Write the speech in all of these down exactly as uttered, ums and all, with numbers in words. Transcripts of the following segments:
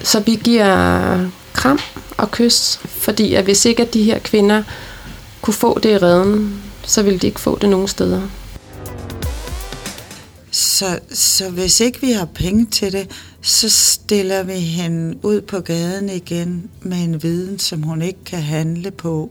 Så vi giver kram og kys, fordi at hvis ikke at de her kvinder kunne få det i Reden, så ville de ikke få det nogen steder. Så, så hvis ikke vi har penge til det, så stiller vi hende ud på gaden igen med en viden, som hun ikke kan handle på.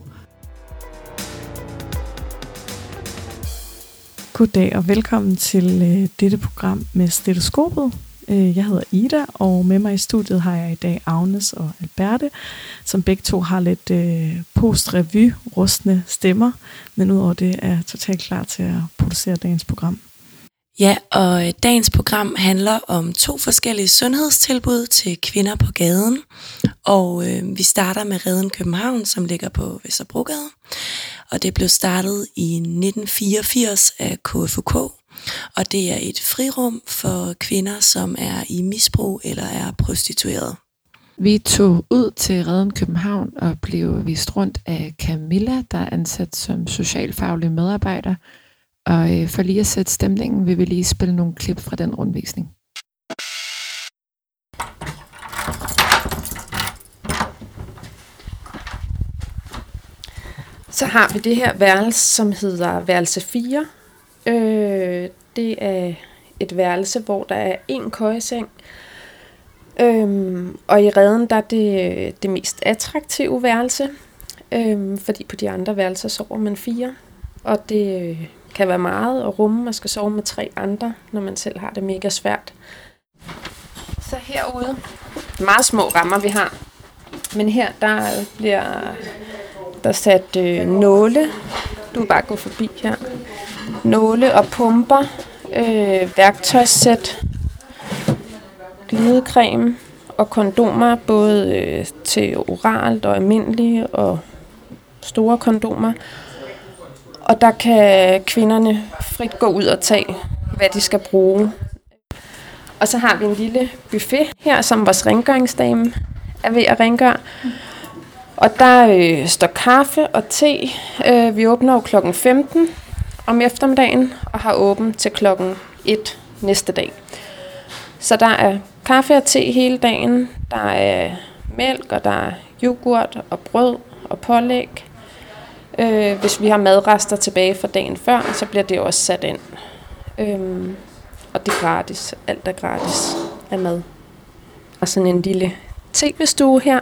Goddag og velkommen til øh, dette program med Stetoskopet. Jeg hedder Ida, og med mig i studiet har jeg i dag Agnes og Alberte, som begge to har lidt øh, post-revy-rustne stemmer, men udover det er totalt klar til at producere dagens program. Ja, og dagens program handler om to forskellige sundhedstilbud til kvinder på gaden. Og øh, vi starter med Reden København, som ligger på Vesterbrogade. Og det blev startet i nitten fireogfirs af K F U K. Og det er et frirum for kvinder, som er i misbrug eller er prostituerede. Vi tog ud til Reden København og blev vist rundt af Camilla, der er ansat som socialfaglig medarbejder. Og for lige at sætte stemningen, vil vi lige spille nogle klip fra den rundvisning. Så har vi det her værelse, som hedder værelse fire. Øh, det er et værelse, hvor der er en køjeseng. Øhm, og i Reden, der er det det mest attraktive værelse. Øhm, fordi på de andre værelser sover man fire. Og det kan være meget at rumme. Man skal sove med tre andre, når man selv har det mega svært. Så herude, meget små rammer vi har. Men her, der bliver der sat øh, nåle. Du kan bare gå forbi her. Nåle og pumper. Øh, værktøjssæt. Glidecreme og kondomer, både øh, til oralt og almindelige og store kondomer. Og der kan kvinderne frit gå ud og tage, hvad de skal bruge. Og så har vi en lille buffet her, som vores rengøringsdame er ved at rengøre. Og der øh, står kaffe og te. Øh, vi åbner jo klokken femten om eftermiddagen og har åbent til klokken et næste dag. Så der er kaffe og te hele dagen. Der er mælk, og der er yoghurt og brød og pålæg. Øh, hvis vi har madrester tilbage fra dagen før, så bliver det også sat ind. Øhm, og det er gratis. Alt er gratis af mad. Og sådan en lille tv-stue her.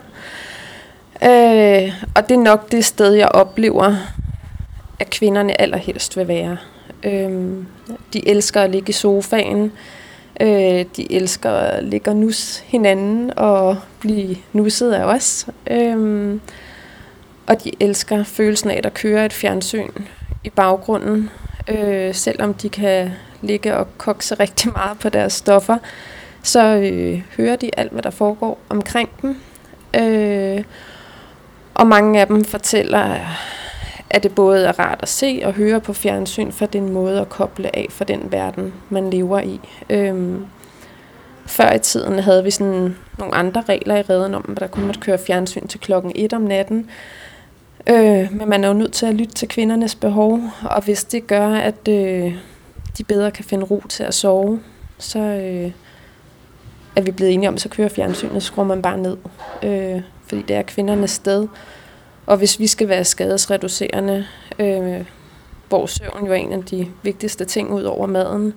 Øh, og det er nok det sted, jeg oplever, at kvinderne allerhelst vil være. Øh, de elsker at ligge i sofaen. Øh, de elsker at ligge og nusse hinanden og blive nusset af os. Øh, og de elsker følelsen af at køre et fjernsyn i baggrunden. Øh, selvom de kan ligge og kokse rigtig meget på deres stoffer, så øh, hører de alt, hvad der foregår omkring dem. Øh, og mange af dem fortæller, at det både er rart at se og høre på fjernsyn, for det er en måde at koble af for den verden, man lever i. Øhm, før i tiden havde vi sådan nogle andre regler i Reden om, at der kunne man køre fjernsyn til klokken et om natten. Øh, men man er jo nødt til at lytte til kvindernes behov, og hvis det gør, at øh, de bedre kan finde ro til at sove, så øh, er vi blevet enige om, så kører fjernsynet, så skruer man bare ned. Øh, fordi det er kvindernes sted. Og hvis vi skal være skadesreducerende, øh, hvor søvn jo er en af de vigtigste ting ud over maden,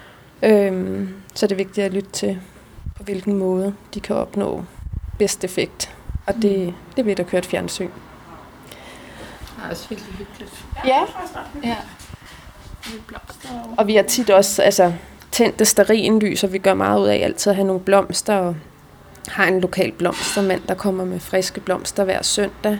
øh, så er det vigtigt at lytte til, på hvilken måde de kan opnå bedst effekt. Og det, det vil der køre et fjernsyn. Det er også virkelig hyggeligt. Ja. Ja. Og vi har tit også altså, tændte stearinlys, og vi gør meget ud af altid at have nogle blomster, og har en lokal blomstermand, der kommer med friske blomster hver søndag.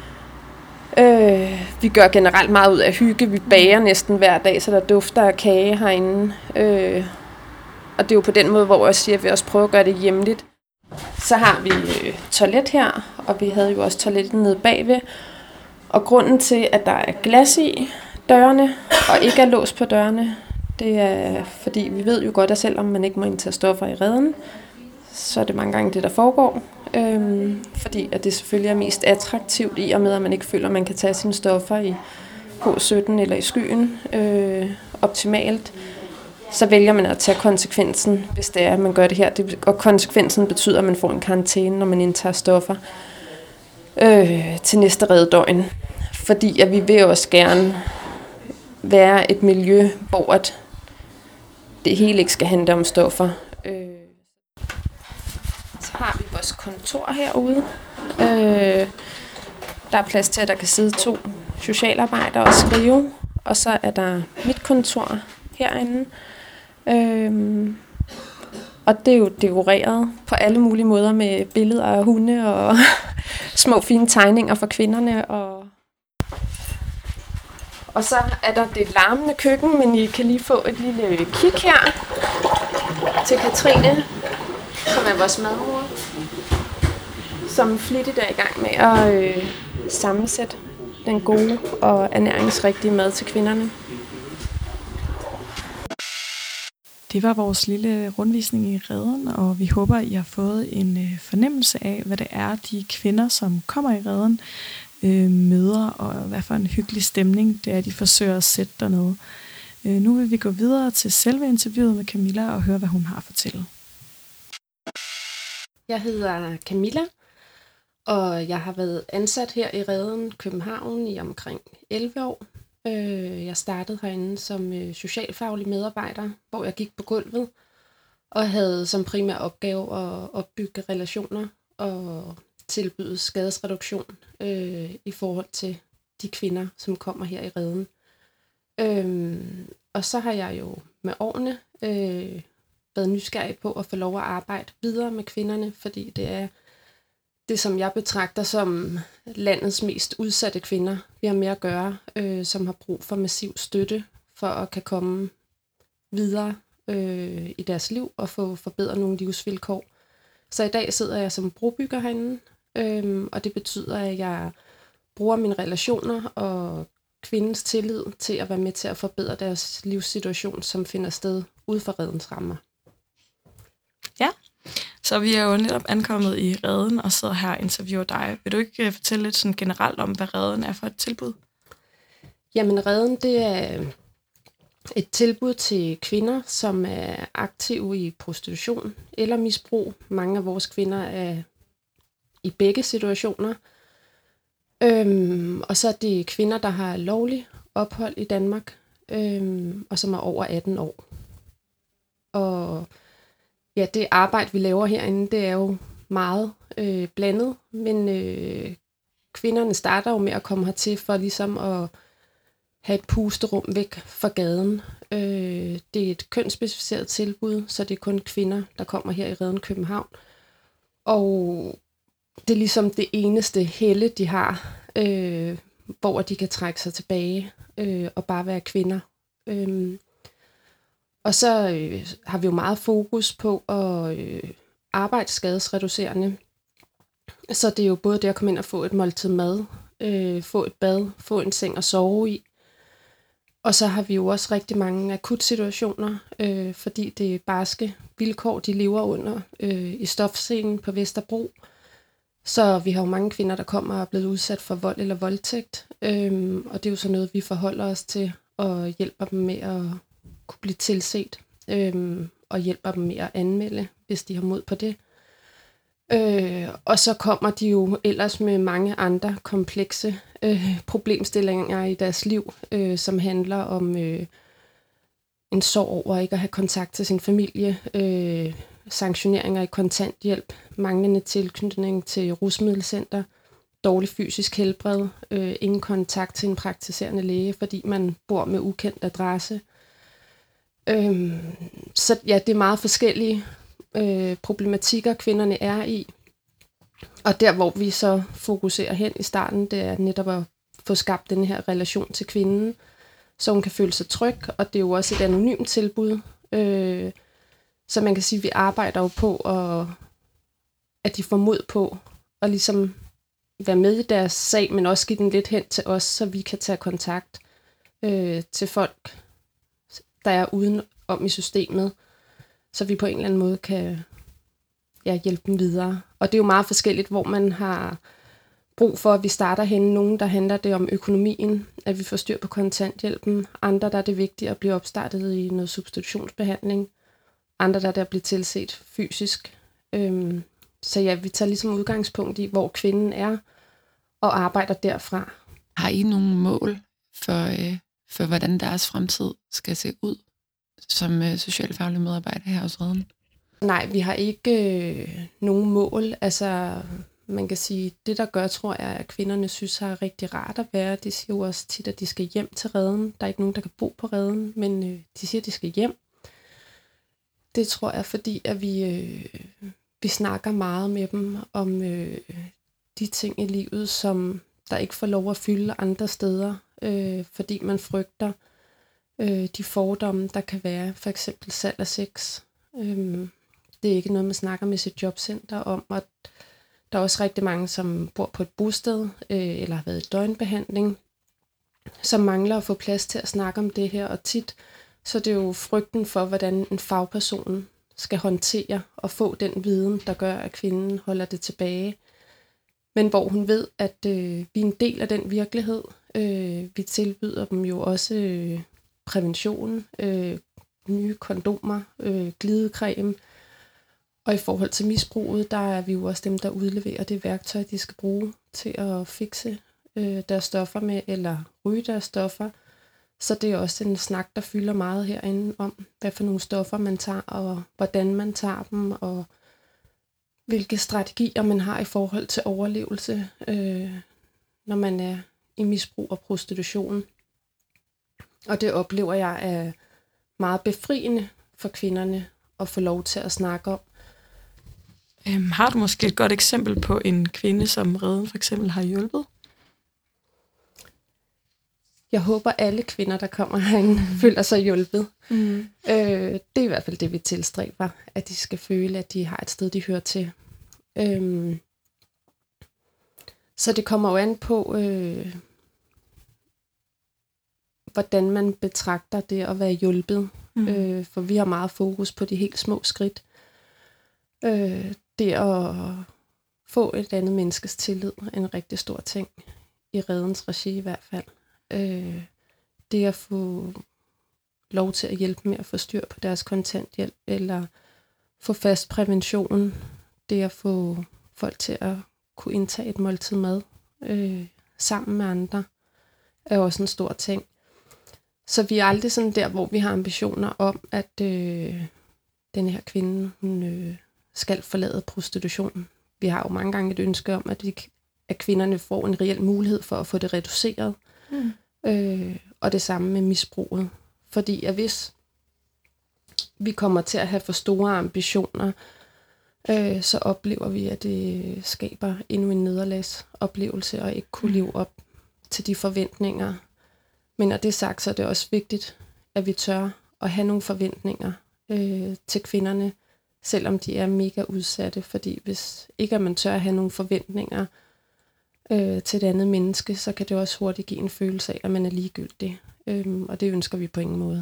Øh, vi gør generelt meget ud af hygge. Vi bager næsten hver dag, så der dufter af kage herinde. Øh, og det er jo på den måde, hvor jeg siger, at vi også prøver at gøre det hjemligt. Så har vi øh, toilet her, og vi havde jo også toilettet nede bagved. Og grunden til, at der er glas i dørene, og ikke er lås på dørene, det er, fordi vi ved jo godt, at selvom man ikke må indtage stoffer i Reden, så er det mange gange det, der foregår. Øhm, fordi at det selvfølgelig er mest attraktivt i og med, at man ikke føler, at man kan tage sine stoffer i H sytten eller i skyen øh, optimalt. så vælger man at tage konsekvensen, hvis det er, at man gør det her. Det, og konsekvensen betyder, at man får en karantæne, når man indtager stoffer øh, til næste reddedøgn. Fordi at vi vil også gerne være et miljø, hvor at det hele ikke skal handle om stoffer. Øh, så har vi vores kontor herude. Øh, der er plads til, at der kan sidde to socialarbejdere og skrive. Og så er der mit kontor herinde. Øh, og det er jo dekoreret på alle mulige måder med billeder af hunde og små fine tegninger for kvinderne. Og, og så er der det larmende køkken, men I kan lige få et lille kig her til Katrine, som er vores madmor, som flittigt er i gang med at øh, sammensætte den gode og ernæringsrigtige mad til kvinderne. Det var vores lille rundvisning i Reden, og vi håber, at I har fået en øh, fornemmelse af, hvad det er, de kvinder, som kommer i Reden, øh, møder, og hvad for en hyggelig stemning det er, de forsøger at sætte dernede. Øh, nu vil vi gå videre til selve interviewet med Camilla og høre, hvad hun har at fortælle. Jeg hedder Camilla, og jeg har været ansat her i Reden København i omkring elleve år. Jeg startede herinde som socialfaglig medarbejder, hvor jeg gik på gulvet og havde som primær opgave at opbygge relationer og tilbyde skadesreduktion øh, i forhold til de kvinder, som kommer her i Reden. Øhm, og så har jeg jo med årene øh, været nysgerrig på at få lov at arbejde videre med kvinderne, fordi det er det, som jeg betragter som landets mest udsatte kvinder, vi har med at gøre, øh, som har brug for massiv støtte for at kan komme videre øh, i deres liv og få forbedret nogle livsvilkår. Så i dag sidder jeg som brobygger herinde, øh, og det betyder, at jeg bruger mine relationer og kvindens tillid til at være med til at forbedre deres livssituation, som finder sted ude for Redens rammer. Ja, så vi er jo netop ankommet i Reden og sidder her og interviewer dig. Vil du ikke fortælle lidt sådan generelt om, hvad Reden er for et tilbud? Jamen Reden, det er et tilbud til kvinder, som er aktive i prostitution eller misbrug. Mange af vores kvinder er i begge situationer. Øhm, og så er det kvinder, der har lovlig ophold i Danmark, øhm, og som er over atten år. Og ja, det arbejde, vi laver herinde, det er jo meget øh, blandet, men øh, kvinderne starter jo med at komme hertil for ligesom at have et pusterum væk fra gaden. Øh, det er et kønsspecificeret tilbud, så det er kun kvinder, der kommer her i Reden København. Og det er ligesom det eneste helle, de har, øh, hvor de kan trække sig tilbage øh, og bare være kvinder. Øh, og så øh, har vi jo meget fokus på at øh, arbejde skadesreducerende. Så det er jo både det at komme ind og få et måltid mad, øh, få et bad, få en seng at sove i. Og så har vi jo også rigtig mange akutsituationer, øh, fordi det er barske vilkår, de lever under øh, i stofscenen på Vesterbro. Så vi har jo mange kvinder, der kommer og er blevet udsat for vold eller voldtægt. Øhm, og det er jo så noget, vi forholder os til og hjælper dem med at kunne blive tilset. Øhm, og hjælper dem med at anmelde, hvis de har mod på det. Øh, og så kommer de jo ellers med mange andre komplekse øh, problemstillinger i deres liv, øh, som handler om øh, en sorg over ikke at have kontakt til sin familie, øh, sanktioneringer i kontanthjælp, manglende tilknytning til rusmiddelcenter, dårlig fysisk helbred, øh, ingen kontakt til en praktiserende læge, fordi man bor med ukendt adresse. Øh, så ja, det er meget forskellige øh, problematikker, kvinderne er i. Og der, hvor vi så fokuserer hen i starten, det er netop at få skabt den her relation til kvinden, så hun kan føle sig tryg, og det er jo også et anonymt tilbud. Øh, så man kan sige, at vi arbejder jo på, at, at de får mod på at ligesom være med i deres sag, men også give den lidt hen til os, så vi kan tage kontakt øh, til folk, der er uden om i systemet, så vi på en eller anden måde kan ja, hjælpe dem videre. Og det er jo meget forskelligt, hvor man har brug for, at vi starter henne. Nogen, der handler det om økonomien, at vi får styr på kontanthjælpen. Andre, der er det vigtigt at blive opstartet i noget substitutionsbehandling. Andre, der er det at blive tilset fysisk. Øhm, så ja, vi tager ligesom udgangspunkt i, hvor kvinden er, og arbejder derfra. Har I nogle mål for, øh, for hvordan deres fremtid skal se ud som øh, socialfaglige medarbejdere her hos Reden? Nej, vi har ikke øh, nogen mål. Altså, man kan sige, det der gør, tror jeg, at kvinderne synes er rigtig rart at være. De siger jo også tit, at de skal hjem til Reden. Der er ikke nogen, der kan bo på Reden, men øh, de siger, at de skal hjem. Det tror jeg, fordi at vi, øh, vi snakker meget med dem om øh, de ting i livet, som der ikke får lov at fylde andre steder, øh, fordi man frygter øh, de fordomme, der kan være, for eksempel salg af sex. Øh, det er ikke noget, man snakker med sit jobcenter om, og der er også rigtig mange, som bor på et bosted, øh, eller har været i døgnbehandling, som mangler at få plads til at snakke om det her, og tit så det er jo frygten for, hvordan en fagperson skal håndtere og få den viden, der gør, at kvinden holder det tilbage. Men hvor hun ved, at øh, vi er en del af den virkelighed. Øh, vi tilbyder dem jo også øh, prævention, øh, nye kondomer, øh, glidecreme. Og i forhold til misbruget, der er vi jo også dem, der udleverer det værktøj, de skal bruge til at fikse øh, deres stoffer med, eller ryge deres stoffer. Så det er også en snak, der fylder meget herinde om, hvad for nogle stoffer man tager, og hvordan man tager dem, og hvilke strategier man har i forhold til overlevelse, øh, når man er i misbrug og prostitution. Og det oplever jeg er meget befriende for kvinderne at få lov til at snakke om. Øhm, har du måske et godt eksempel på en kvinde, som Reden for eksempel har hjulpet? Jeg håber, alle kvinder, der kommer herinde, mm. føler sig hjulpet. Mm. Øh, det er i hvert fald det, vi tilstræber, at de skal føle, at de har et sted, de hører til. Øhm, så det kommer jo an på, øh, hvordan man betragter det at være hjulpet. Mm. Øh, for vi har meget fokus på de helt små skridt. Øh, det at få et andet menneskes tillid er en rigtig stor ting, i Redens regi i hvert fald. Øh, det at få lov til at hjælpe med at få styr på deres kontanthjælp, eller få fast prævention, det at få folk til at kunne indtage et måltid mad øh, sammen med andre, er også en stor ting. Så vi er aldrig sådan der, hvor vi har ambitioner om, at øh, denne her kvinde, hun øh, skal forlade prostitution. Vi har jo mange gange et ønske om, at, vi, at kvinderne får en reel mulighed for at få det reduceret. Mm. Øh, og det samme med misbruget. Fordi at hvis vi kommer til at have for store ambitioner, øh, så oplever vi, at det skaber endnu en nederlagsoplevelse og ikke kunne leve op til de forventninger. Men når det er sagt, så er det også vigtigt, at vi tør at have nogle forventninger øh, til kvinderne, selvom de er mega udsatte. Fordi hvis ikke at man tør at have nogle forventninger øh, til et andet menneske, så kan det også hurtigt give en følelse af, at man er ligegyldig. Øhm, og det ønsker vi på ingen måde.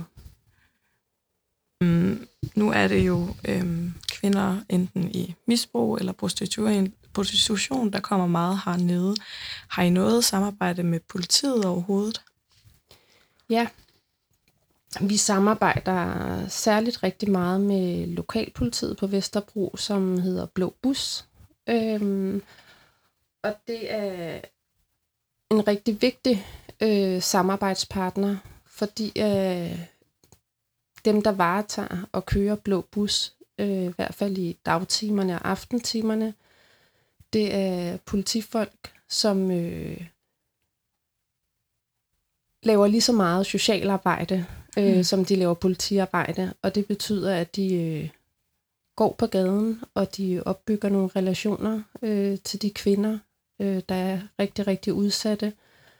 Mm, nu er det jo øhm, kvinder enten i misbrug eller prostitution, prostitution, der kommer meget hernede. Har I noget samarbejde med politiet overhovedet? Ja, vi samarbejder særligt rigtig meget med lokalpolitiet på Vesterbro, som hedder Blå Bus. Øhm, og det er en rigtig vigtig øh, samarbejdspartner, fordi øh, dem, der varetager og kører Blå Bus, øh, i hvert fald i dagtimerne og aftentimerne, det er politifolk, som øh, laver lige så meget socialarbejde, øh, mm. som de laver politiarbejde. Og det betyder, at de øh, går på gaden, og de opbygger nogle relationer øh, til de kvinder, øh, der er rigtig, rigtig udsatte.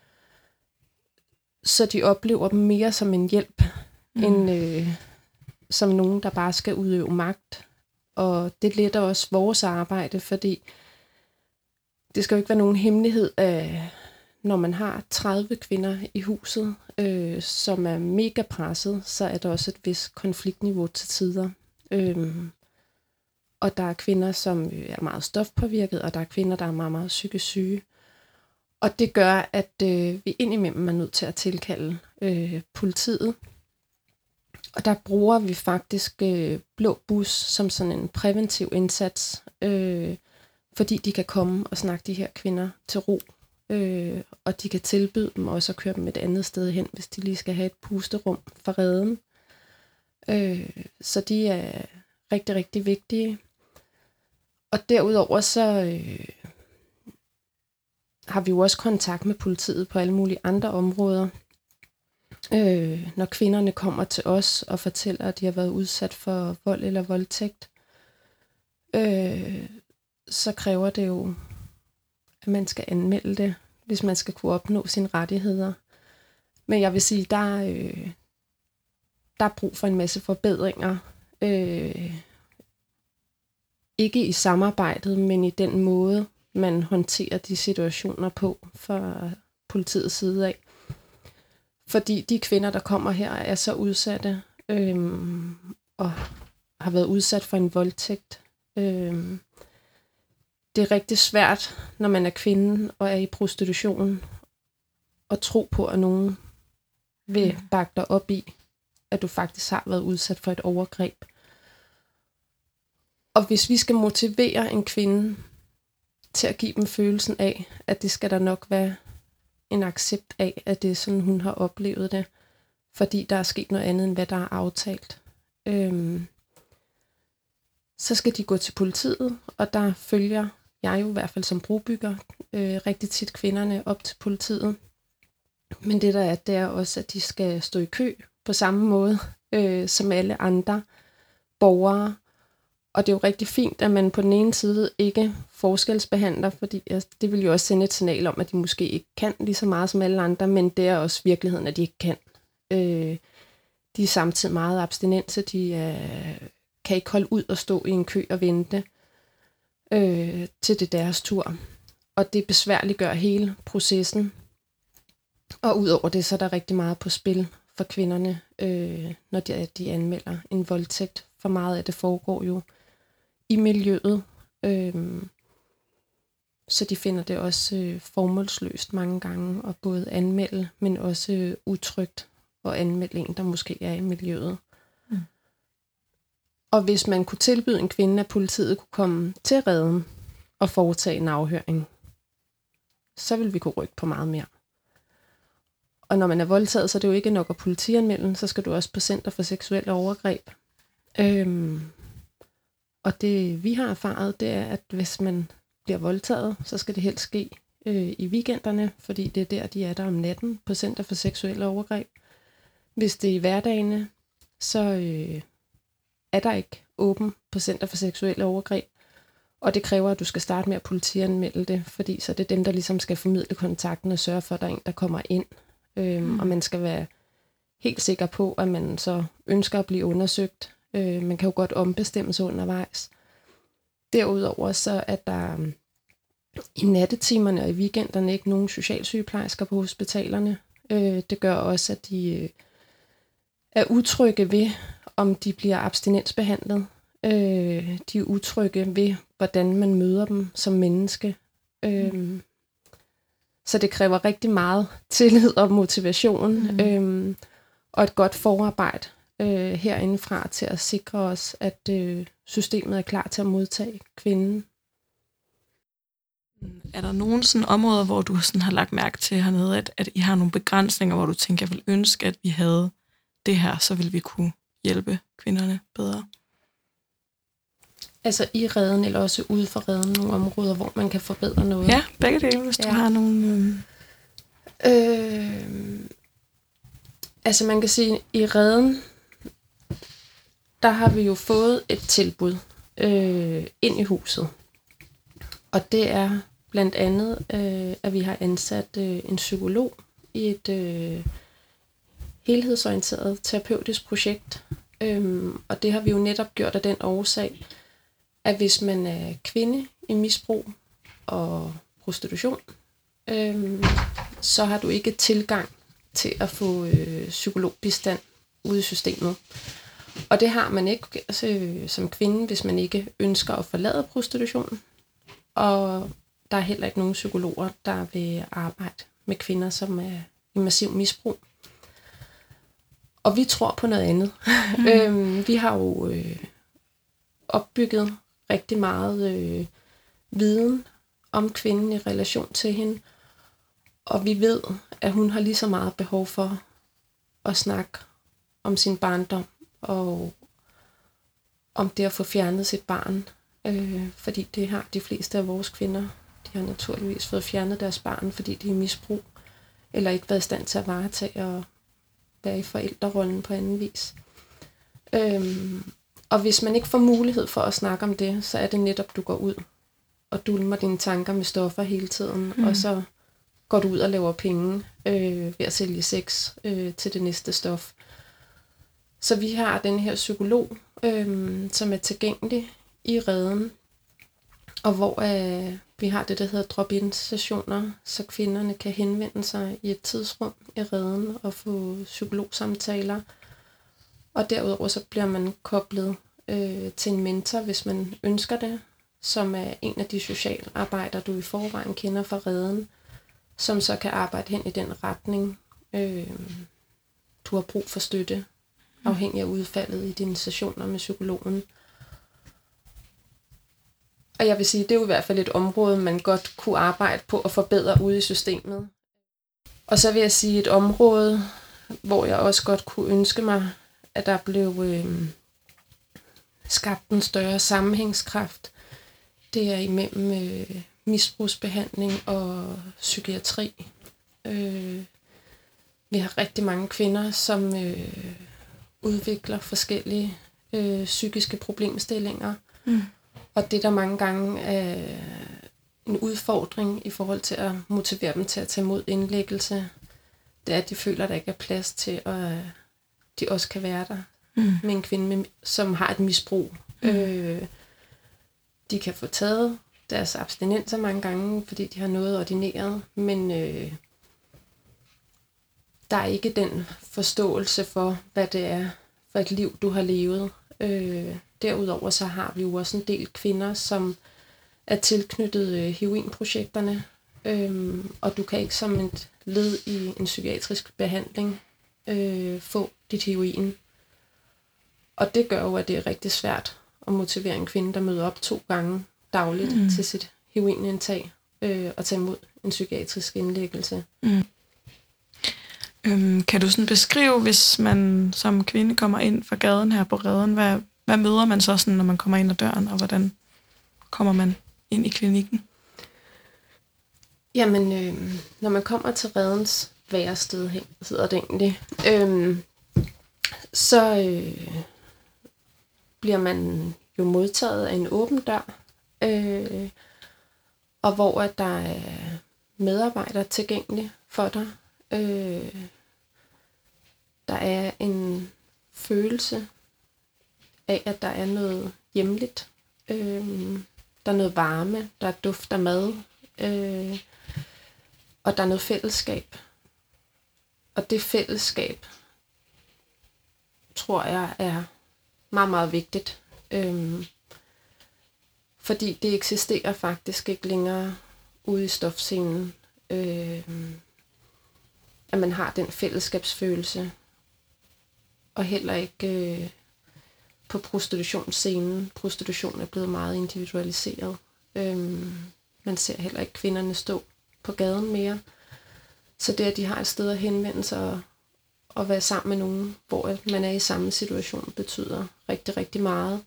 Så de oplever dem mere som en hjælp, mm. end øh, som nogen, der bare skal udøve magt. Og det letter også vores arbejde, fordi det skal jo ikke være nogen hemmelighed, af, når man har tredive kvinder i huset, øh, som er mega presset, så er der også et vist konfliktniveau til tider. Øh, og der er kvinder, som er meget stofpåvirket, og der er kvinder, der er meget, meget psykisk syge. Og det gør, at øh, vi indimellem er nødt til at tilkalde øh, politiet. Og der bruger vi faktisk øh, Blå Bus som sådan en præventiv indsats, øh, fordi de kan komme og snakke de her kvinder til ro. Øh, og de kan tilbyde dem også at køre dem et andet sted hen, hvis de lige skal have et pusterum for redden. Øh, så de er rigtig, rigtig vigtige. Og derudover så øh, har vi jo også kontakt med politiet på alle mulige andre områder. Øh, når kvinderne kommer til os og fortæller, at de har været udsat for vold eller voldtægt, øh, så kræver det jo, at man skal anmelde det, hvis man skal kunne opnå sine rettigheder. Men jeg vil sige, der, øh, der er brug for en masse forbedringer. Øh, ikke i samarbejdet, men i den måde, man håndterer de situationer på fra politiets side af. Fordi de kvinder, der kommer her, er så udsatte øhm, og har været udsat for en voldtægt. Øhm, det er rigtig svært, når man er kvinde og er i prostitution, at tro på, at nogen vil bakke dig op i, at du faktisk har været udsat for et overgreb. Og hvis vi skal motivere en kvinde til at give dem følelsen af, at det skal der nok være en accept af, at det er sådan, hun har oplevet det, fordi der er sket noget andet, end hvad der er aftalt. Øhm, så skal de gå til politiet, og der følger jeg jo i hvert fald som brobygger øh, rigtig tit kvinderne op til politiet. Men det der er, det er også, at de skal stå i kø på samme måde øh, som alle andre borgere. Og det er jo rigtig fint, at man på den ene side ikke forskelsbehandler, fordi det vil jo også sende et signal om, at de måske ikke kan lige så meget som alle andre, men det er også virkeligheden, at de ikke kan. Øh, de er samtidig meget abstinense, de er, kan ikke holde ud og stå i en kø og vente øh, til det deres tur. Og det besværliggør hele processen. Og udover det, så er der rigtig meget på spil for kvinderne, øh, når de, de anmelder en voldtægt. For meget af det foregår jo i miljøet, øhm, så de finder det også øh, formålsløst mange gange at både anmelde, men også øh, utrygt at anmelde en, der måske er i miljøet. Mm. Og hvis man kunne tilbyde en kvinde, at politiet kunne komme til redden og foretage en afhøring, så ville vi kunne rykke på meget mere. Og når man er voldtaget, så er det jo ikke nok at politianmelde, så skal du også på Center for Seksuelle Overgreb. Øhm, og det vi har erfaret, det er, at hvis man bliver voldtaget, så skal det helst ske øh, i weekenderne, fordi det er der, de er der om natten på Center for Seksuelle Overgreb. Hvis det er i hverdagene, så øh, er der ikke åben på Center for Seksuelle Overgreb, og det kræver, at du skal starte med at politianmelde det, fordi så er det dem, der ligesom skal formidle kontakten og sørge for, at der er en, der kommer ind, øhm, mm. og man skal være helt sikker på, at man så ønsker at blive undersøgt. Øh, man kan jo godt ombestemme sig undervejs. Derudover så er der i nattetimerne og i weekenderne ikke nogen socialsygeplejersker på hospitalerne. Øh, det gør også, at de øh, er utrygge ved, om de bliver abstinensbehandlet. Øh, de er utrygge ved, hvordan man møder dem som menneske. Øh, mm. Så det kræver rigtig meget tillid og motivation, mm. øh, og et godt forarbejde øh, herindefra til at sikre os, at øh, systemet er klar til at modtage kvinden. Er der nogle sådan områder, hvor du sådan har lagt mærke til hernede, at, at I har nogle begrænsninger, hvor du tænker, jeg vil ønske, at vi havde det her, så vil vi kunne hjælpe kvinderne bedre? Altså i redden, eller også ude for redden, nogle områder, hvor man kan forbedre noget? Ja, begge dele, hvis ja. du har nogle... Øh... Øh... Altså man kan sige, i redden, der har vi jo fået et tilbud øh, ind i huset. Og det er blandt andet, øh, at vi har ansat øh, en psykolog i et øh, helhedsorienteret terapeutisk projekt. Øhm, og det har vi jo netop gjort af den årsag, at hvis man er kvinde i misbrug og prostitution, øhm, så har du ikke tilgang til at få øh, psykologbistand ude i systemet. Og det har man ikke altså, som kvinde, hvis man ikke ønsker at forlade prostitution. Og der er heller ikke nogen psykologer, der vil arbejde med kvinder, som er i massiv misbrug. Og vi tror på noget andet. Mm. øhm, vi har jo øh, opbygget rigtig meget øh, viden om kvinden i relation til hende. Og vi ved, at hun har lige så meget behov for at snakke om sin barndom og om det at få fjernet sit barn. Øh, fordi det har de fleste af vores kvinder. De har naturligvis fået fjernet deres barn, fordi de er i misbrug, eller ikke været i stand til at varetage og være i forældrerollen på anden vis. Øhm, og hvis man ikke får mulighed for at snakke om det, så er det netop, du går ud og dulmer dine tanker med stoffer hele tiden, mm. og så går du ud og laver penge øh, ved at sælge sex øh, til det næste stof. Så vi har den her psykolog, øh, som er tilgængelig i Reden, og hvor øh, vi har det, der hedder drop-in-sessioner, så kvinderne kan henvende sig i et tidsrum i Reden og få psykologsamtaler. Og derudover så bliver man koblet øh, til en mentor, hvis man ønsker det, som er en af de socialarbejdere, du i forvejen kender fra Reden, som så kan arbejde hen i den retning. Øh, du har brug for støtte, afhængig af udfaldet i dine sessioner med psykologen. Og jeg vil sige, det er jo i hvert fald et område, man godt kunne arbejde på at forbedre ude i systemet. Og så vil jeg sige et område, hvor jeg også godt kunne ønske mig, at der blev øh, skabt en større sammenhængskraft. Det er imellem øh, misbrugsbehandling og psykiatri. Øh, vi har rigtig mange kvinder, som øh, udvikler forskellige øh, psykiske problemstillinger. Mm. Og det der mange gange er en udfordring i forhold til at motivere dem til at tage imod indlæggelse, det er, at de føler, at der ikke er plads til, at de også kan være der mm. med en kvinde, som har et misbrug. Mm. Øh, de kan få taget deres abstinenser mange gange, fordi de har noget ordineret, men øh, der er ikke den forståelse for, hvad det er for et liv, du har levet. Øh, derudover så har vi jo også en del kvinder, som er tilknyttet øh, heroinprojekterne, øh, og du kan ikke som et led i en psykiatrisk behandling øh, få dit heroin. Og det gør jo, at det er rigtig svært at motivere en kvinde, der møder op to gange dagligt mm. til sit heroinindtag øh, og tage imod en psykiatrisk indlæggelse. Mm. Øhm, kan du sådan beskrive, hvis man som kvinde kommer ind fra gaden her på Reden, hvad, hvad møder man så, sådan, når man kommer ind ad døren, og hvordan kommer man ind i klinikken? Jamen, øh, når man kommer til Redens værested, hedder det egentlig, øh, så øh, bliver man jo modtaget af en åben dør, øh, og hvor at der er medarbejdere tilgængelige for dig. Øh, der er en følelse af, at der er noget hjemligt. Øh, der er noget varme, der er duft af mad, øh, og der er noget fællesskab. Og det fællesskab, tror jeg, er meget, meget vigtigt. Øh, fordi det eksisterer faktisk ikke længere ude i stofscenen. Øh, at man har den fællesskabsfølelse, og heller ikke øh, på prostitutionsscenen. Prostitution er blevet meget individualiseret. Øhm, man ser heller ikke kvinderne stå på gaden mere. Så det, at de har et sted at henvende sig og, og være sammen med nogen, hvor man er i samme situation, betyder rigtig, rigtig meget.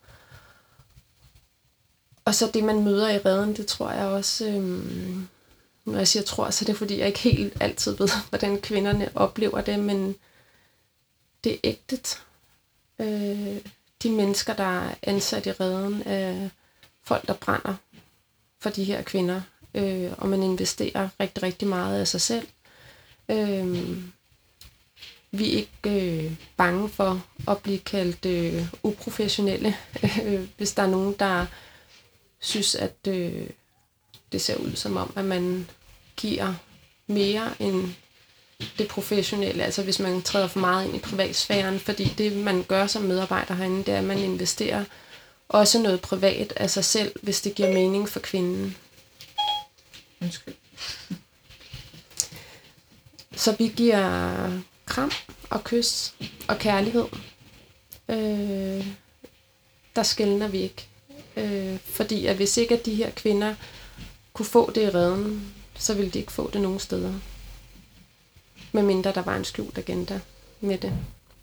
Og så det, man møder i Reden, det tror jeg også... Øhm, Når jeg siger tror, så er det fordi, jeg ikke helt altid ved, hvordan kvinderne oplever det, men det er ægtet. Øh, de mennesker, der er ansat i Reden, er folk, der brænder for de her kvinder, øh, og man investerer rigtig, rigtig meget af sig selv. Øh, vi er ikke øh, bange for at blive kaldt øh, uprofessionelle, øh, hvis der er nogen, der synes, at... Øh, det ser ud som om, at man giver mere end det professionelle, altså hvis man træder for meget ind i privatsfæren, fordi det, man gør som medarbejder herinde, det er, at man investerer også noget privat af sig selv, hvis det giver mening for kvinden. Undskyld. Så vi giver kram og kys og kærlighed. Øh, der skelner vi ikke. Øh, fordi at hvis ikke at de her kvinder kunne få det i Reden, så ville de ikke få det nogen steder. Medmindre der var en skjult agenda med det.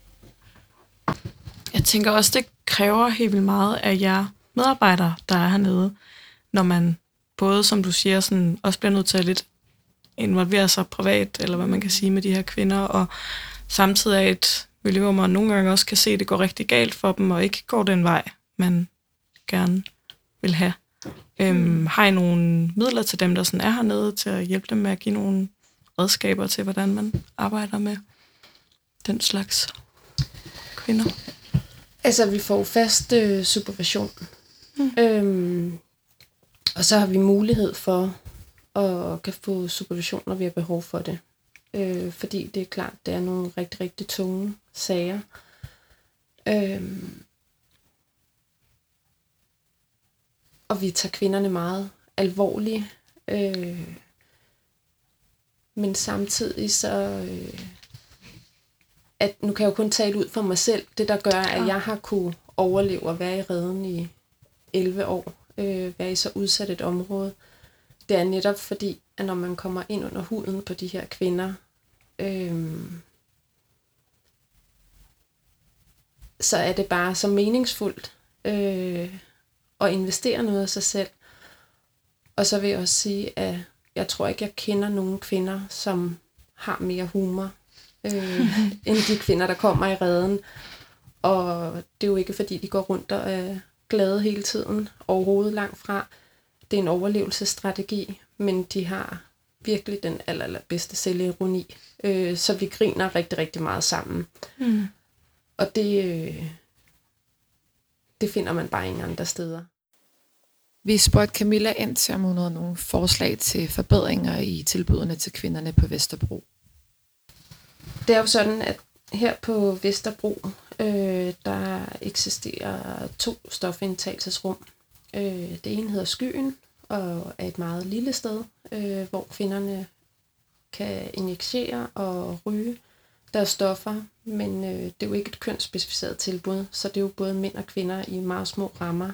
Jeg tænker også, det kræver helt vildt meget af jer medarbejdere, der er hernede, når man både, som du siger, sådan, også bliver nødt til at lidt involvere sig privat, eller hvad man kan sige med de her kvinder, og samtidig er et miljø, hvor man nogle gange også kan se, at det går rigtig galt for dem, og ikke går den vej, man gerne vil have. Øhm, har I nogle midler til dem, der sådan er hernede, til at hjælpe dem med at give nogle redskaber til, hvordan man arbejder med den slags kvinder? Altså, vi får fast øh, supervision. Mm. Øhm, og så har vi mulighed for at kan få supervision, når vi har behov for det. Øh, fordi det er klart, det er nogle rigtig, rigtig tunge sager. Øhm, og vi tager kvinderne meget alvorligt. Øh, men samtidig så... Øh, at nu kan jeg jo kun tale ud for mig selv. Det, der gør, at jeg har kunne overleve og være i Reden i elleve år, øh, være i så udsat et område, det er netop fordi, at når man kommer ind under huden på de her kvinder, øh, så er det bare så meningsfuldt øh, at investere noget af sig selv. Og så vil jeg også sige, at jeg tror ikke, jeg kender nogen kvinder, som har mere humor, øh, end de kvinder, der kommer i Reden. Og det er jo ikke, fordi de går rundt og er glade hele tiden, overhovedet langt fra. Det er en overlevelsesstrategi, men de har virkelig den aller, aller bedste selvironi. Øh, så vi griner rigtig, rigtig meget sammen. Mm. Og det, øh, det finder man bare ingen andre steder. Vi spurgte Camilla ind til, om hun havde nogle forslag til forbedringer i tilbudene til kvinderne på Vesterbro. Det er jo sådan, at her på Vesterbro, øh, der eksisterer to stofindtagelsesrum. Øh, det ene hedder Skyen, og er et meget lille sted, øh, hvor kvinderne kan injicere og ryge deres stoffer, men øh, det er jo ikke et kønsspecificeret tilbud, så det er jo både mænd og kvinder i meget små rammer.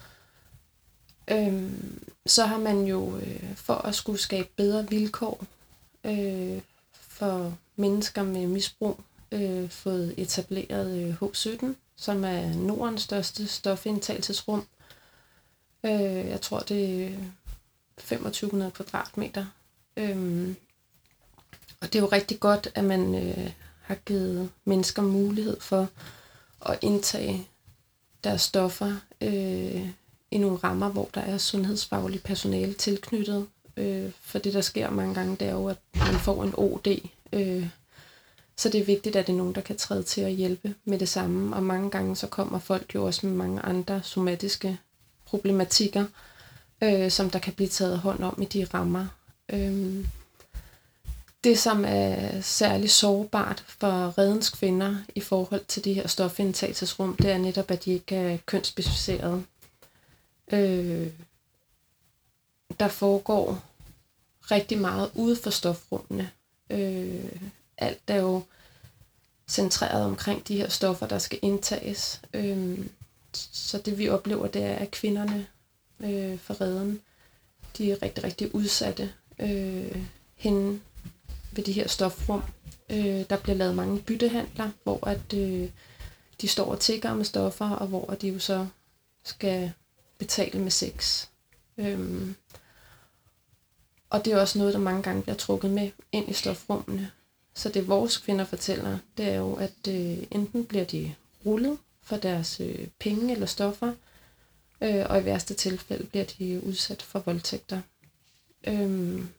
Øh, så har man jo øh, for at skulle skabe bedre vilkår øh, for mennesker med misbrug, øh, fået etableret øh, H sytten, som er Nordens største stofindtagelsesrum. Øh, jeg tror, det er femogtyve hundrede kvadratmeter. Øh, og det er jo rigtig godt, at man øh, har givet mennesker mulighed for at indtage deres stoffer øh, i nogle rammer, hvor der er sundhedsfaglig personale tilknyttet. Øh, for det, der sker mange gange, det er jo, at man får en O D. Øh, så det er vigtigt, at det er nogen, der kan træde til at hjælpe med det samme. Og mange gange så kommer folk jo også med mange andre somatiske problematikker, øh, som der kan blive taget hånd om i de rammer. Øh, det, som er særligt sårbart for Redens kvinder i forhold til de her stofindtagelsesrum, det er netop, at de ikke er kønsspecificerede. Øh, der foregår rigtig meget ude for stofrummene. Øh, alt er jo centreret omkring de her stoffer, der skal indtages. Øh, så det vi oplever, det er, at kvinderne øh, for Reden, de er rigtig, rigtig udsatte øh, henne ved de her stofrum. Øh, der bliver lavet mange byttehandler, hvor at, øh, de står og tigger med stoffer, og hvor de jo så skal betale med sex. Øh, Og det er også noget, der mange gange bliver trukket med ind i stofrummene. Så det vores kvinder fortæller, det er jo, at øh, enten bliver de rullet for deres øh, penge eller stoffer, øh, og i værste tilfælde bliver de udsat for voldtægter. Øhm.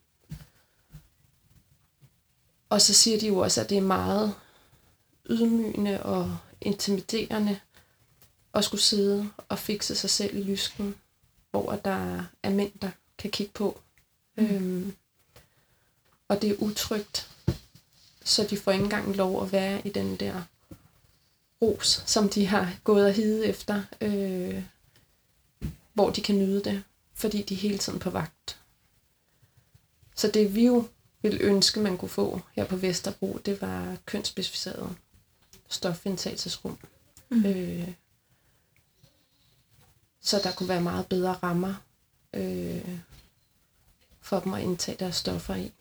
Og så siger de jo også, at det er meget ydmygende og intimiderende at skulle sidde og fikse sig selv i lysken, hvor der er mænd, der kan kigge på. Mm. Øhm, og det er utrygt, så de får ikke engang lov at være i den der ros, som de har gået og hide efter, øh, hvor de kan nyde det, fordi de er hele tiden på vagt. Så det vi jo ville ønske, man kunne få her på Vesterbro, det var kønsspecificeret stofindtagelsesrum. Mm. Øh, så der kunne være meget bedre rammer øh, for dem at indtage deres stoffer i.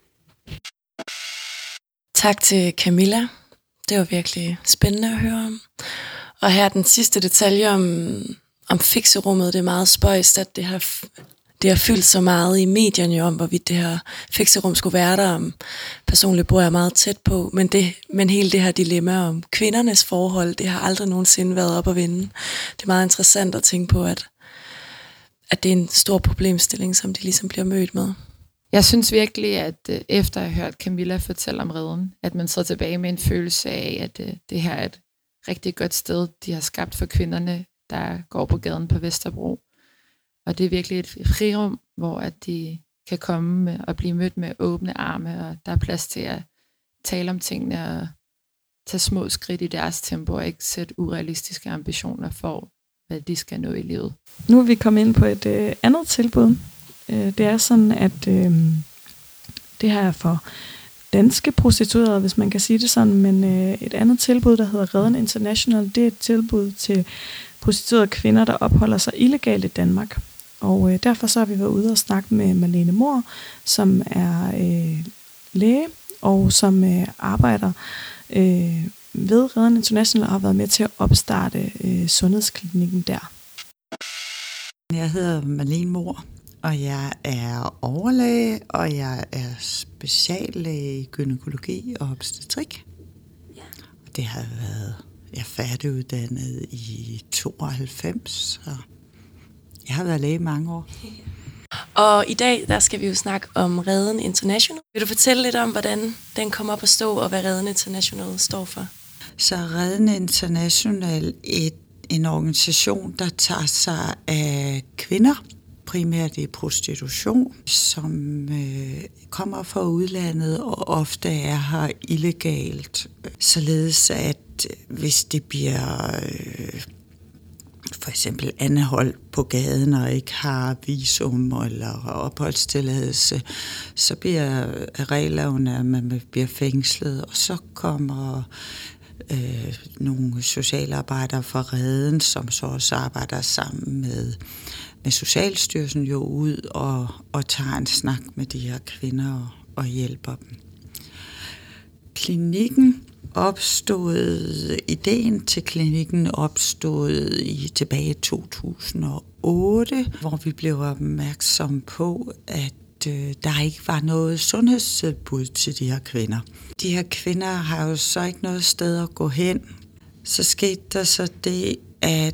Tak til Camilla. Det var virkelig spændende at høre om. Og her den sidste detalje om, om fikserummet. Det er meget spøjst, at det har, det har fyldt så meget i medierne om, hvorvidt det her fikserum skulle være der. Personligt bor jeg meget tæt på, men, det, men hele det her dilemma om kvindernes forhold, det har aldrig nogensinde været op at vinde. Det er meget interessant at tænke på, at, at det er en stor problemstilling, som de ligesom bliver mødt med. Jeg synes virkelig, at efter at have hørt Camilla fortælle om Reden, at man så tilbage med en følelse af, at det her er et rigtig godt sted, de har skabt for kvinderne, der går på gaden på Vesterbro. Og det er virkelig et frirum, hvor at de kan komme og blive mødt med åbne arme, og der er plads til at tale om tingene og tage små skridt i deres tempo, og ikke sætte urealistiske ambitioner for, hvad de skal nå i livet. Nu er vi kommet ind på et øh, andet tilbud. Det er sådan, at øh, det her er for danske prostituerede, hvis man kan sige det sådan, men øh, et andet tilbud, der hedder Reden International, det er et tilbud til prostituerede kvinder, der opholder sig illegalt i Danmark. Og øh, derfor så har vi været ude og snakke med Marlene Mohr, som er øh, læge, og som øh, arbejder øh, ved Reden International og har været med til at opstarte øh, sundhedsklinikken der. Jeg hedder Marlene Mohr. Og jeg er overlæge, og jeg er speciallæge i gynækologi og obstetrik. Ja. Og det har været, jeg er færdiguddannet i tooghalvfems, så jeg har været læge i mange år. Og i dag, der skal vi jo snakke om Reden International. Vil du fortælle lidt om, hvordan den kommer op at stå, og hvad Reden International står for? Så Reden International er en organisation, der tager sig af kvinder, primært i prostitution, som øh, kommer fra udlandet og ofte er her illegalt. Således at hvis det bliver øh, for eksempel anholdt på gaden og ikke har visum eller opholdstilladelse, så bliver reglerne, at man bliver fængslet, og så kommer øh, nogle socialarbejdere fra Reden, som så også arbejder sammen med med Socialstyrelsen jo ud og, og tager en snak med de her kvinder og, og hjælper dem. Klinikken opstod, ideen til klinikken opstod i tilbage i to tusind og otte, hvor vi blev opmærksomme på, at øh, der ikke var noget sundhedstilbud til de her kvinder. De her kvinder har jo så ikke noget sted at gå hen. Så skete der så det, at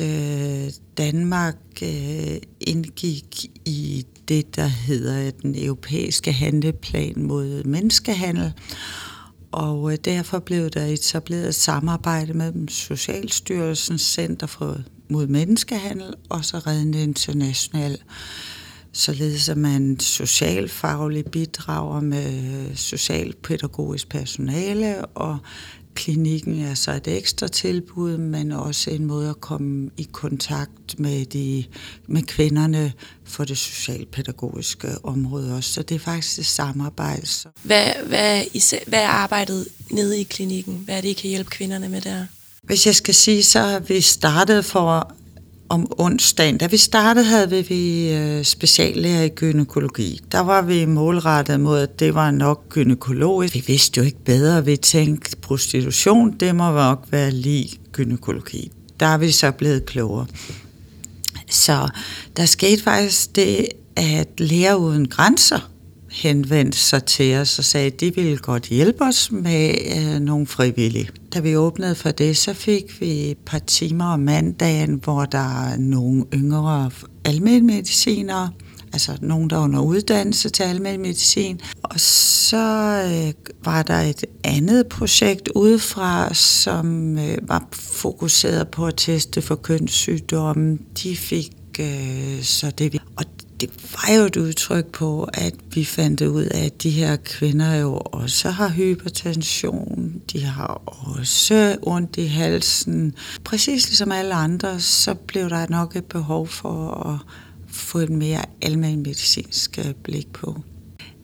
Danmark øh, indgik i det, der hedder den europæiske handleplan mod menneskehandel, og øh, derfor blev der etableret et samarbejde mellem Socialstyrelsens Center for mod menneskehandel og så Reden International, således at man socialfagligt bidrager med socialpædagogisk personale, og klinikken er så et ekstra tilbud, men også en måde at komme i kontakt med, de, med kvinderne for det socialpædagogiske område også. Så det er faktisk et samarbejde. Hvad, hvad, hvad er arbejdet nede i klinikken? Hvad er det, I kan hjælpe kvinderne med der? Hvis jeg skal sige, så har vi startet for om onsdagen. Da vi startede, havde vi speciallæger i gynækologi. Der var vi målrettet mod, at det var nok gynækologisk. Vi vidste jo ikke bedre. Vi tænkte, prostitution, det må nok være lige gynækologi. Der er vi så blevet klogere. Så der skete faktisk det, at Læger Uden Grænser henvendte sig til os og sagde, at de ville godt hjælpe os med øh, nogle frivillige. Da vi åbnede for det, så fik vi et par timer om mandagen, hvor der er nogle yngre almenmedicinere, altså nogen, der er under uddannelse til almenmedicin. Og så øh, var der et andet projekt udefra, som øh, var fokuseret på at teste for kønssygdomme. De fik øh, så det vi... Og det var jo et udtryk på, at vi fandt ud af, at de her kvinder jo også har hypertension, de har også ondt i halsen. Præcis ligesom alle andre, så blev der nok et behov for at få et mere almenmedicinsk blik på.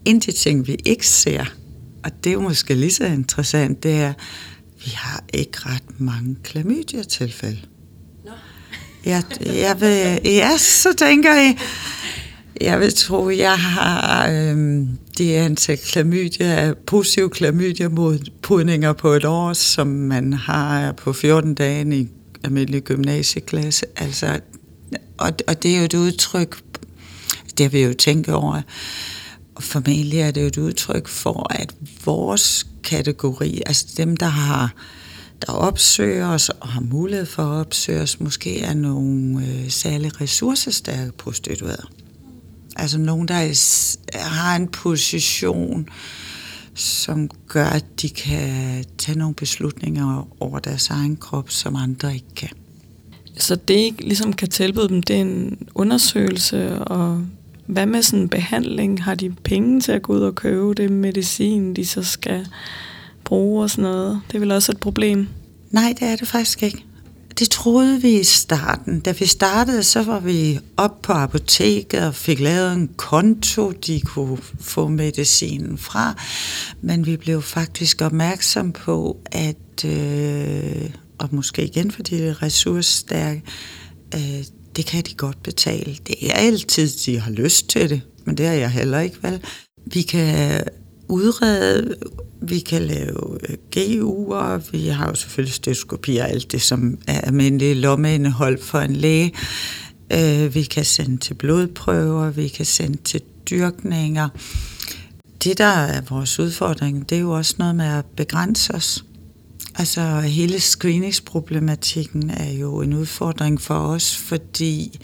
en af de ting, vi ikke ser, og det er jo måske lige så interessant, det er, vi har ikke ret mange klamydia-tilfælde. Nå. Jeg, jeg vil, ja, så tænker jeg, jeg vil tro, jeg har øhm, det antal klamydia, positive klamydia-modpudninger på et år, som man har på fjorten dage i almindelig gymnasieklasse. Altså, og, og det er jo et udtryk, det har vi jo tænkt over, og formentlig er det jo et udtryk for, at vores kategori, altså dem, der har der opsøger os og har mulighed for at opsøge os, måske er nogle øh, særlig ressourcestærke prostituerede. Altså nogen, der er, har en position, som gør, at de kan tage nogle beslutninger over deres egen krop, som andre ikke kan. Så det, I ligesom kan tilbyde dem, det er en undersøgelse, og hvad med sådan en behandling? Har de penge til at gå ud og købe det medicin, de så skal bruge og sådan noget? Det er vel også et problem? Nej, det er det faktisk ikke. Det troede vi i starten. Da vi startede, så var vi op på apoteket og fik lavet en konto, de kunne få medicinen fra. Men vi blev faktisk opmærksom på, at, øh, og måske igen fordi det er ressourcestærke, øh, det kan de godt betale. Det er altid, de har lyst til det, men det har jeg heller ikke, vel? Vi kan udrede, vi kan lave G U'er, vi har jo selvfølgelig stetoskopi og alt det, som er almindelige lommeindhold for en læge. Vi kan sende til blodprøver, vi kan sende til dyrkninger. Det, der er vores udfordring, det er jo også noget med at begrænse os. Altså hele screeningsproblematikken er jo en udfordring for os, fordi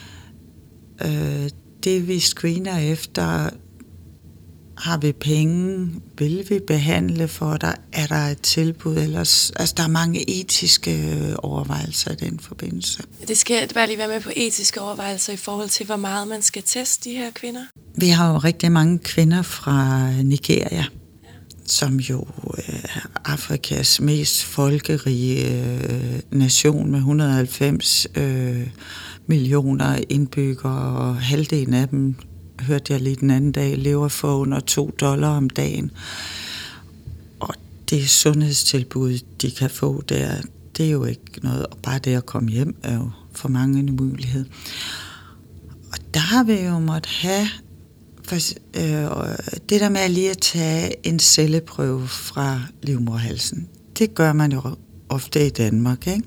øh, det vi screener efter, har vi penge, vil vi behandle for dig, er der et tilbud ellers? Altså der er mange etiske overvejelser i den forbindelse. Det skal bare lige være med på etiske overvejelser i forhold til, hvor meget man skal teste de her kvinder? Vi har jo rigtig mange kvinder fra Nigeria, som jo er Afrikas mest folkerige øh, nation med et hundrede og halvfems øh, millioner indbyggere, og halvdelen af dem, hørte jeg lige den anden dag, lever for under to dollar om dagen. Og det sundhedstilbud, de kan få der, det er jo ikke noget, og bare det at komme hjem er jo for mange en mulighed. Og der har vi jo måttet have For, øh, det der med lige at tage en celleprøve fra livmoderhalsen, det gør man jo ofte i Danmark, ikke?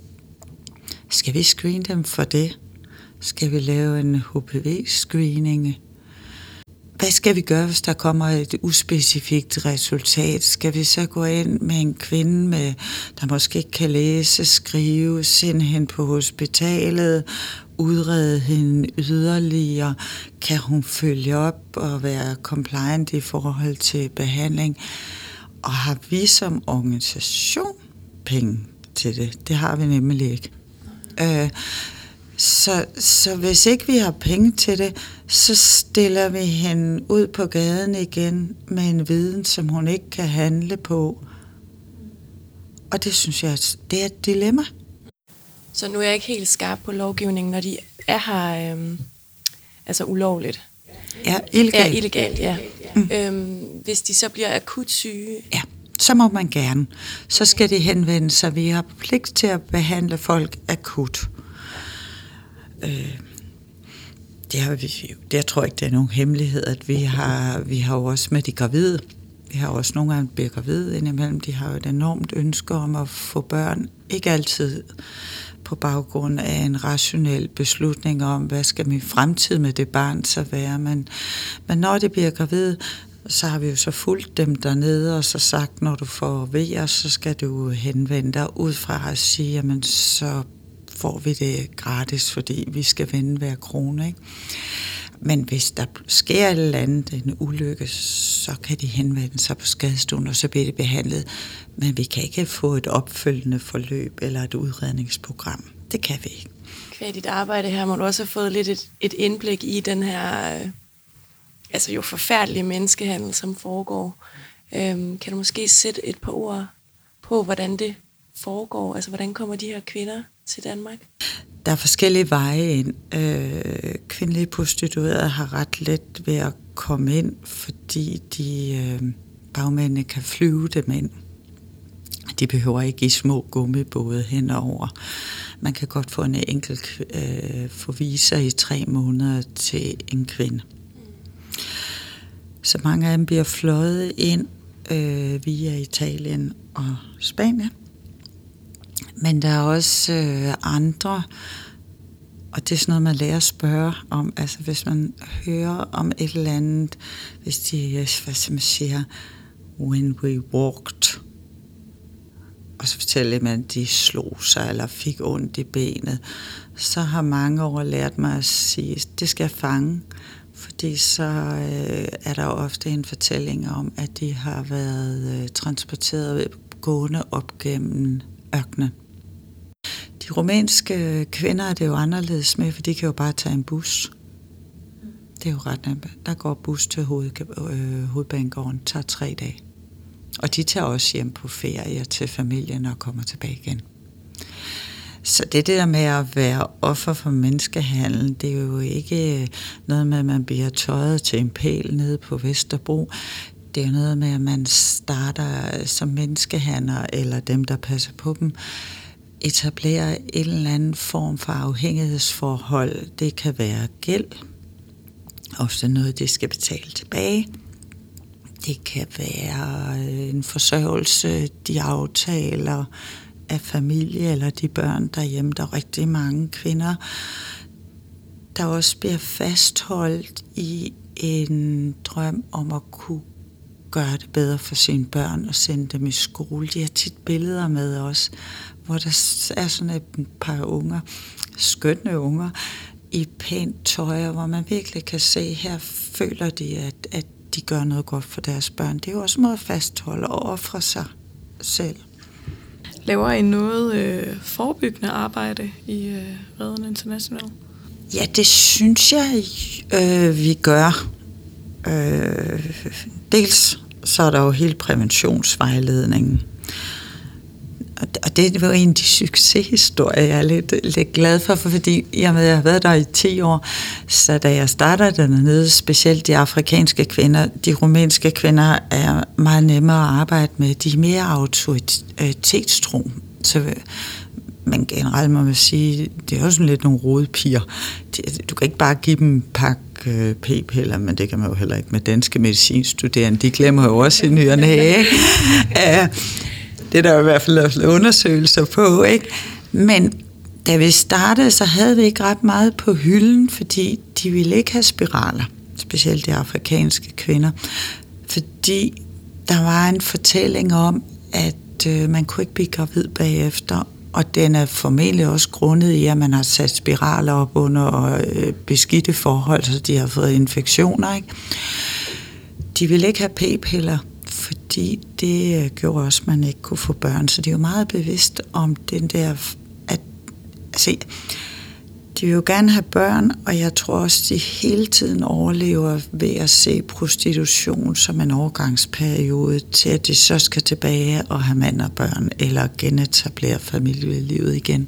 Skal vi screene dem for det? Skal vi lave en H P V-screening? Hvad skal vi gøre, hvis der kommer et uspecifikt resultat? Skal vi så gå ind med en kvinde, med, der måske ikke kan læse, skrive, sende hende på hospitalet, udrede hende yderligere? Kan hun følge op og være compliant i forhold til behandling? Og har vi som organisation penge til det? Det har vi nemlig ikke. Øh, Så, så hvis ikke vi har penge til det, så stiller vi hende ud på gaden igen med en viden, som hun ikke kan handle på. Og det synes jeg, det er et dilemma. Så nu er jeg ikke helt skarp på lovgivningen, når de er her øhm, altså ulovligt. Ja, illegalt. Ja, illegalt, ja. Mm. Øhm, hvis de så bliver akut syge. Ja, så må man gerne. Så skal de henvende sig. Vi har pligt til at behandle folk akut. Øh, det har vi, det, jeg tror ikke, det er nogen hemmelighed, at vi har, vi har jo også med de gravide, vi har også nogle gange bliver gravide indimellem, de har jo et enormt ønske om at få børn, ikke altid på baggrund af en rationel beslutning om, hvad skal min fremtid med det barn så være, men, men når de bliver gravide, så har vi jo så fulgt dem dernede, og så sagt, når du får vejer, så skal du henvende dig ud fra at sige, jamen så får vi det gratis, fordi vi skal vende hver krone, ikke? Men hvis der sker et eller andet, en ulykke, så kan de henvende sig på skadestuen, og så bliver det behandlet. Men vi kan ikke få et opfølgende forløb eller et udredningsprogram. Det kan vi ikke. Kvad dit arbejde her, må du også have fået lidt et, et indblik i den her øh, altså jo forfærdelige menneskehandel, som foregår. Øhm, kan du måske sætte et par ord på, hvordan det foregår? Altså, hvordan kommer de her kvinder til Danmark? Der er forskellige veje ind. Øh, kvindelige prostituerede har ret let ved at komme ind, fordi de øh, bagmændene kan flyve dem ind. De behøver ikke i små gummibåde henover. Man kan godt få en enkelt øh, forviser i tre måneder til en kvinde. Så mange af dem bliver fløjet ind øh, via Italien og Spanien. Men der er også øh, andre, og det er sådan noget, man lærer at spørge om. Altså hvis man hører om et eller andet, hvis de, hvad skal man siger, when we walked, og så fortæller man, at de slog sig eller fik ondt i benet, så har mange år lært mig at sige, at det skal jeg fange. Fordi så øh, er der ofte en fortælling om, at de har været øh, transporteret gående op gennem ørkenen. De rumænske kvinder er det jo anderledes med, for de kan jo bare tage en bus. Det er jo ret nemt. Der går bus til hoved, øh, hovedbanegården, tager tre dage. Og de tager også hjem på ferie til familien og kommer tilbage igen. Så det der med at være offer for menneskehandel, det er jo ikke noget med, at man bliver tøjet til en pæl nede på Vesterbro. Det er jo noget med, at man starter som menneskehandler, eller dem, der passer på dem, etablerer en eller anden form for afhængighedsforhold. Det kan være gæld, ofte noget, det skal betale tilbage. Det kan være en forsørgelse, de aftaler af familie eller de børn derhjemme. Der er rigtig mange kvinder, der også bliver fastholdt i en drøm om at kunne gøre det bedre for sine børn og sende dem i skole. De har tit billeder med os, hvor der er sådan et par unger, skønne unger, i pænt tøj, hvor man virkelig kan se, her føler de, at, at de gør noget godt for deres børn. Det er jo også en måde at fastholde og ofre sig selv. Laver I noget øh, forebyggende arbejde i øh, Reden International? Ja, det synes jeg, øh, vi gør. Øh, dels så er der jo hele præventionsvejledningen. Og det var en af de succeshistorier, jeg er lidt, lidt glad for, fordi jeg har været der i ti år, så da jeg startede dernede, specielt de afrikanske kvinder, de rumænske kvinder er meget nemmere at arbejde med. De er mere autoritetstro. Så men generelt må man sige, det er jo sådan lidt nogle rodepiger. Du kan ikke bare give dem en pakke p-piller, men det kan man jo heller ikke med danske medicinstuderende. De glemmer jo også i ny og næ. Det er der i hvert fald lavet undersøgelser på, ikke? Men da vi startede, så havde vi ikke ret meget på hylden, fordi de ville ikke have spiraler, specielt de afrikanske kvinder, fordi der var en fortælling om, at øh, man kunne ikke blive gravid bagefter, og den er formentlig også grundet i, at man har sat spiraler op under øh, beskidte forhold, så de har fået infektioner, ikke? De ville ikke have p-piller, fordi det gjorde også, at man ikke kunne få børn. Så de er jo meget bevidst om den der, at se, de vil jo gerne have børn, og jeg tror også, de hele tiden overlever ved at se prostitution som en overgangsperiode til, at de så skal tilbage og have mand og børn, eller genetablere familielivet igen.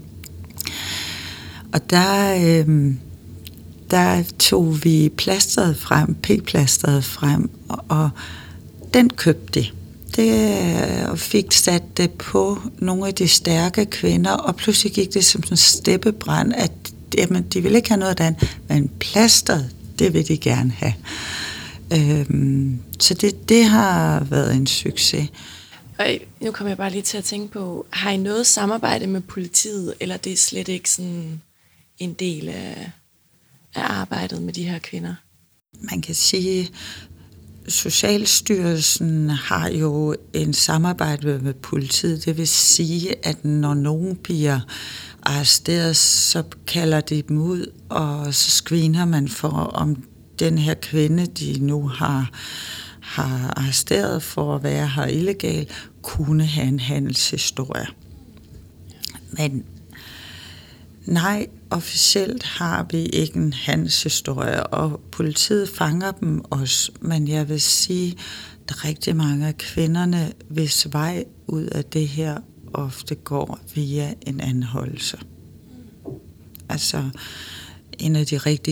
Og der, øh, der tog vi plasteret frem, p-plasteret frem, og, og den købte de. Det, og fik sat det på nogle af de stærke kvinder, og pludselig gik det som sådan en steppebrand, at jamen, de ville ikke have noget andet, men plasteret, det vil de gerne have. Øhm, så det, det har været en succes. Og nu kommer jeg bare lige til at tænke på, har I noget samarbejde med politiet, eller det er slet ikke sådan en del af, af arbejdet med de her kvinder? Man kan sige, Socialstyrelsen har jo en samarbejde med politiet. Det vil sige, at når nogen bliver arresteret, så kalder de dem ud, og så screener man for, om den her kvinde, de nu har, har arresteret for at være her illegal, kunne have en handelshistorie. Men nej, officielt har vi ikke en handelshistorie, og politiet fanger dem også, men jeg vil sige, at der er rigtig mange af kvinderne, hvis vej ud af det her ofte går via en anholdelse. Altså, en af de rigtig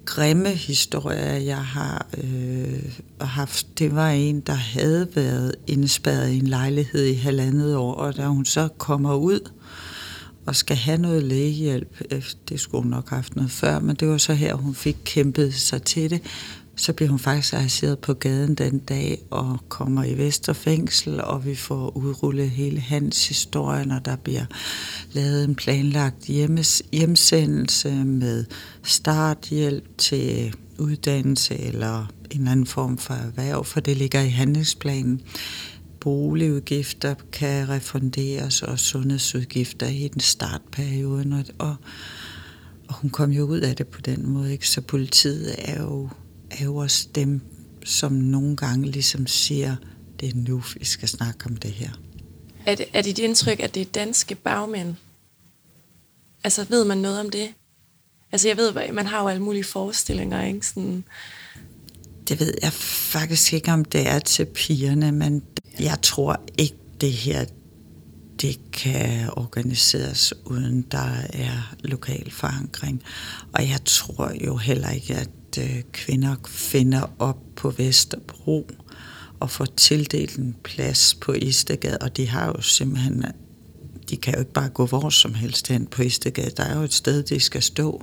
grimme historier, jeg har øh, haft, det var en, der havde været indespærret i en lejlighed i halvandet år, og da hun så kommer ud og skal have noget lægehjælp, det skulle hun nok have haft noget før, men det var så her, hun fik kæmpet sig til det, så bliver hun faktisk arresteret på gaden den dag og kommer i Vestre Fængsel, og vi får udrullet hele hans historie, og der bliver lavet en planlagt hjemmes, hjemsendelse med starthjælp til uddannelse eller en anden form for erhverv, for det ligger i handlingsplanen. Boligudgifter kan refunderes, og sundhedsudgifter i den startperiode, og, og hun kom jo ud af det på den måde, ikke? Så politiet er jo er jo også dem, som nogle gange ligesom siger, det er nu, vi skal snakke om det her. Er det, er det dit indtryk, at det er danske bagmænd? Altså, ved man noget om det? Altså, jeg ved, man har jo alle mulige forestillinger, ikke? Sådan... Det ved jeg faktisk ikke, om det er til pigerne, men jeg tror ikke, det her, det kan organiseres, uden der er lokal forankring. Og jeg tror jo heller ikke, at kvinder finder op på Vesterbro og får tildelt en plads på Istedgade, og de har jo simpelthen, de kan jo ikke bare gå hvor som helst hen på Istedgade, der er jo et sted, de skal stå.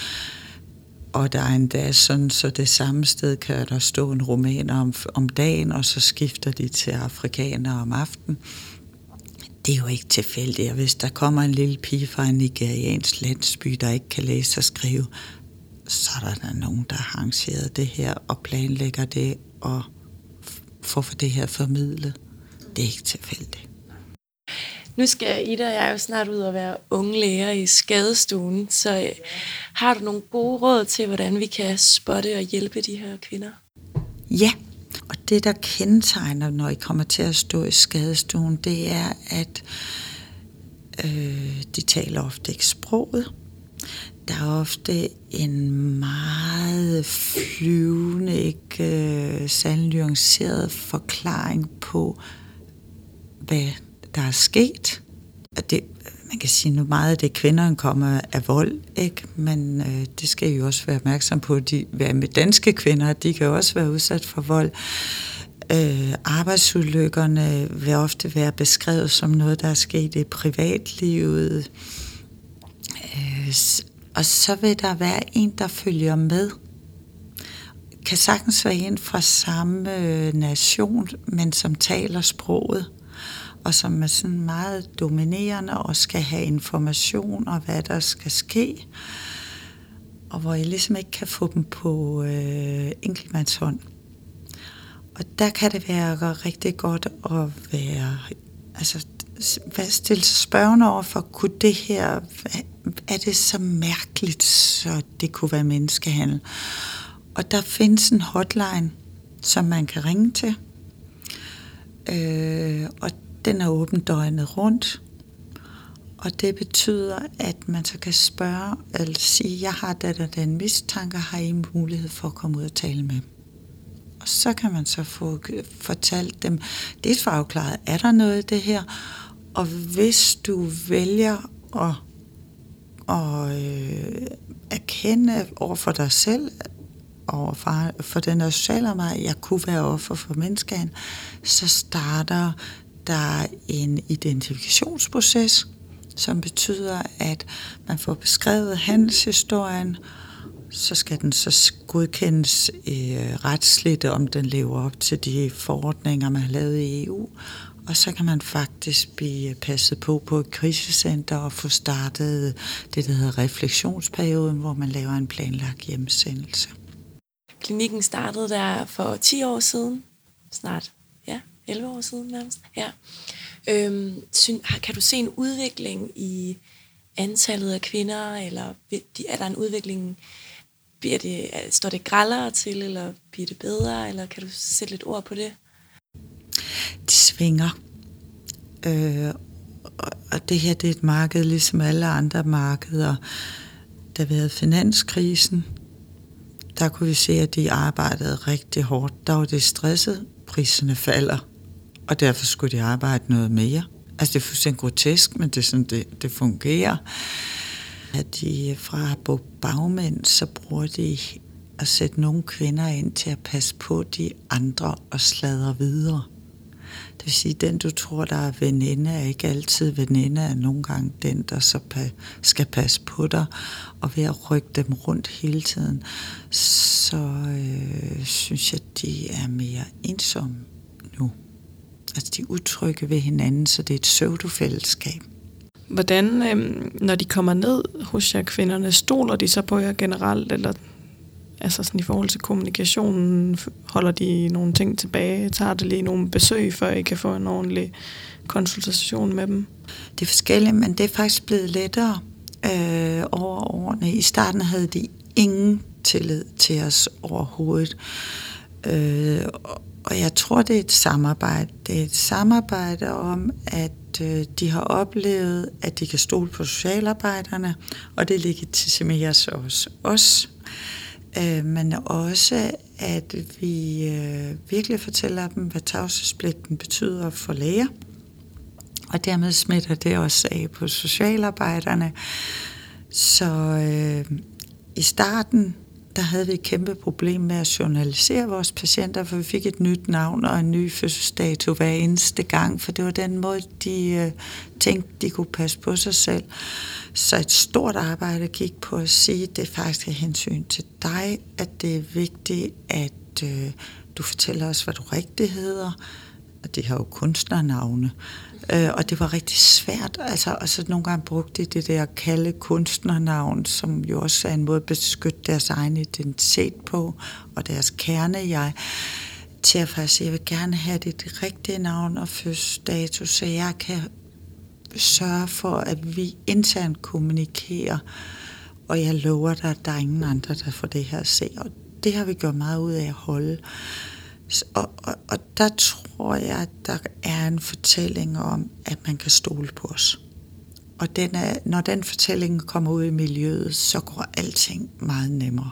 Og der er endda sådan, så det samme sted kan der stå en rumæner om, om dagen, og så skifter de til afrikanere om aftenen. Det er jo ikke tilfældigt, og hvis der kommer en lille pige fra en nigeriansk landsby, der ikke kan læse og skrive, så er der nogen, der har arrangeret det her og planlægger det og får for det her formidlet. Det er ikke tilfældigt. Nu skal Ida og jeg jo snart ud og være unge læger i skadestuen, så har du nogle gode råd til, hvordan vi kan spotte og hjælpe de her kvinder? Ja, og det der kendetegner, når I kommer til at stå i skadestuen, det er, at øh, de taler ofte ikke sproget. Der er ofte en meget flyvende, ikke øh, særlig nuanceret forklaring på, hvad der er sket. Og det, man kan sige, at meget af det kvinderne kommer af vold, ikke? Men øh, det skal I jo også være opmærksom på. De, med danske kvinder, de kan jo også være udsat for vold. Øh, arbejdsulykkerne vil ofte være beskrevet som noget, der er sket i privatlivet. Øh, Og så vil der være en, der følger med. Kan sagtens være en fra samme nation, men som taler sproget, og som er sådan meget dominerende og skal have information om, hvad der skal ske, og hvor I ligesom ikke kan få dem på øh, enkeltmandshånd. Og der kan det være rigtig godt at være, altså stille sig spørgende over for, kunne det her, er det så mærkeligt, så det kunne være menneskehandel? Og der findes en hotline, som man kan ringe til, øh, og den er åben døgnet rundt. Og det betyder, at man så kan spørge, eller sige, jeg har da den mistanke, har I mulighed for at komme ud og tale med? Og så kan man så få fortalt dem, det er afklaret, er der noget i det her? Og hvis du vælger at, at øh, erkende over for dig selv, over for, for den der sociale mig, jeg kunne være offer for menneskehandel, så starter der en identifikationsproces, som betyder, at man får beskrevet handelshistorien, så skal den så godkendes øh, retsligt, om den lever op til de forordninger, man har lavet i E U. Og så kan man faktisk blive passet på på et krisecenter og få startet det, der hedder refleksionsperioden, hvor man laver en planlagt hjemsendelse. Klinikken startede der for ti år siden, snart, ja, elleve år siden nærmest. Ja. Øhm, kan du se en udvikling i antallet af kvinder, eller er der en udvikling, bliver det, står det grellere til, eller bliver det bedre, eller kan du sætte lidt ord på det? De svinger. Øh, og det her, det er et marked, ligesom alle andre markeder. Da vi havde finanskrisen, der kunne vi se, at de arbejdede rigtig hårdt. Der var det stresset, priserne falder, og derfor skulle de arbejde noget mere. Altså det er fuldstændig grotesk, men det er sådan, det, det fungerer. At de fra bagmænd, så bruger de at sætte nogle kvinder ind til at passe på de andre og sladre videre. Det vil sige, den du tror, der er veninde, er ikke altid veninde, er nogle gange den, der så skal passe på dig, og ved at rykke dem rundt hele tiden, så øh, synes jeg, de er mere ensomme nu. Altså de er utrygge ved hinanden, så det er et pseudofællesskab. Hvordan, øh, når de kommer ned hos jer kvinderne, stoler de så på jer generelt, eller altså sådan i forhold til kommunikationen, holder de nogle ting tilbage, tager det lige nogle besøg, før I kan få en ordentlig konsultation med dem? Det er forskelligt, men det er faktisk blevet lettere øh, over årene. I starten havde de ingen tillid til os overhovedet. Øh, og jeg tror, det er et samarbejde. Det er et samarbejde om, at øh, de har oplevet, at de kan stole på socialarbejderne, og det legitimeres også os. Øh, men også, at vi øh, virkelig fortæller dem, hvad tavshedspligten betyder for læger. Og dermed smitter det også af på socialarbejderne. Så øh, i starten, der havde vi et kæmpe problem med at journalisere vores patienter, for vi fik et nyt navn og en ny fødselsdato hver eneste gang, for det var den måde, de øh, tænkte, de kunne passe på sig selv. Så et stort arbejde gik på at sige, at det faktisk er hensyn til dig, at det er vigtigt, at øh, du fortæller os, hvad du rigtig hedder. Og de har jo kunstnernavne. Øh, og det var rigtig svært. Altså, og så nogle gange brugte de det der at kalde kunstnernavn, som jo også er en måde at beskytte deres egen identitet på, og deres kerne-jeg, til at faktisk sige, jeg vil gerne have det rigtige navn og fødselsdato, så jeg kan sørge for, at vi internt kommunikerer, og jeg lover dig, at der er ingen andre, der får det her at se. Og det har vi gjort meget ud af at holde. Og, og, og der tror jeg, at der er en fortælling om, at man kan stole på os. Og den er, når den fortælling kommer ud i miljøet, så går alting meget nemmere.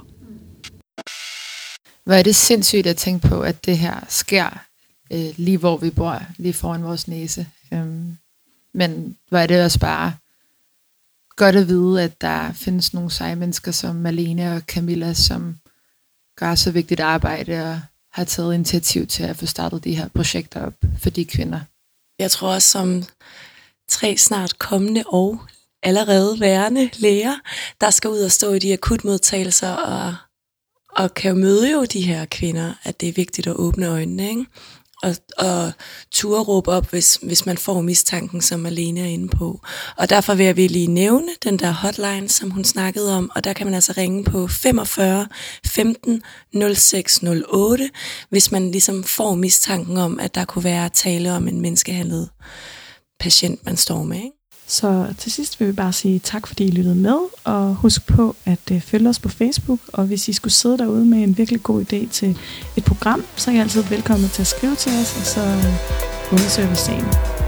Hvor er det sindssygt at tænke på, at det her sker øh, lige hvor vi bor, lige foran vores næse. Øhm, men hvor er det også bare godt at vide, at der findes nogle seje mennesker som Malene og Camilla, som gør så vigtigt arbejde og har taget initiativ til at få startet de her projekter op for de kvinder. Jeg tror også, som tre snart kommende og allerede værende læger, der skal ud og stå i de akutmodtagelser og, og kan jo møde jo de her kvinder, at det er vigtigt at åbne øjnene, ikke? Og, og turde råbe op, hvis, hvis man får mistanken, som Malene er inde på. Og derfor vil jeg lige nævne den der hotline, som hun snakkede om, og der kan man altså ringe på femogfyrre femten nul seks nul otte, hvis man ligesom får mistanken om, at der kunne være tale om en menneskehandlet patient, man står med, ikke? Så til sidst vil vi bare sige tak, fordi I lyttede med, og husk på at uh, følge os på Facebook, og hvis I skulle sidde derude med en virkelig god idé til et program, så er I altid velkommen til at skrive til os, og så uh, undersøger vi sagen.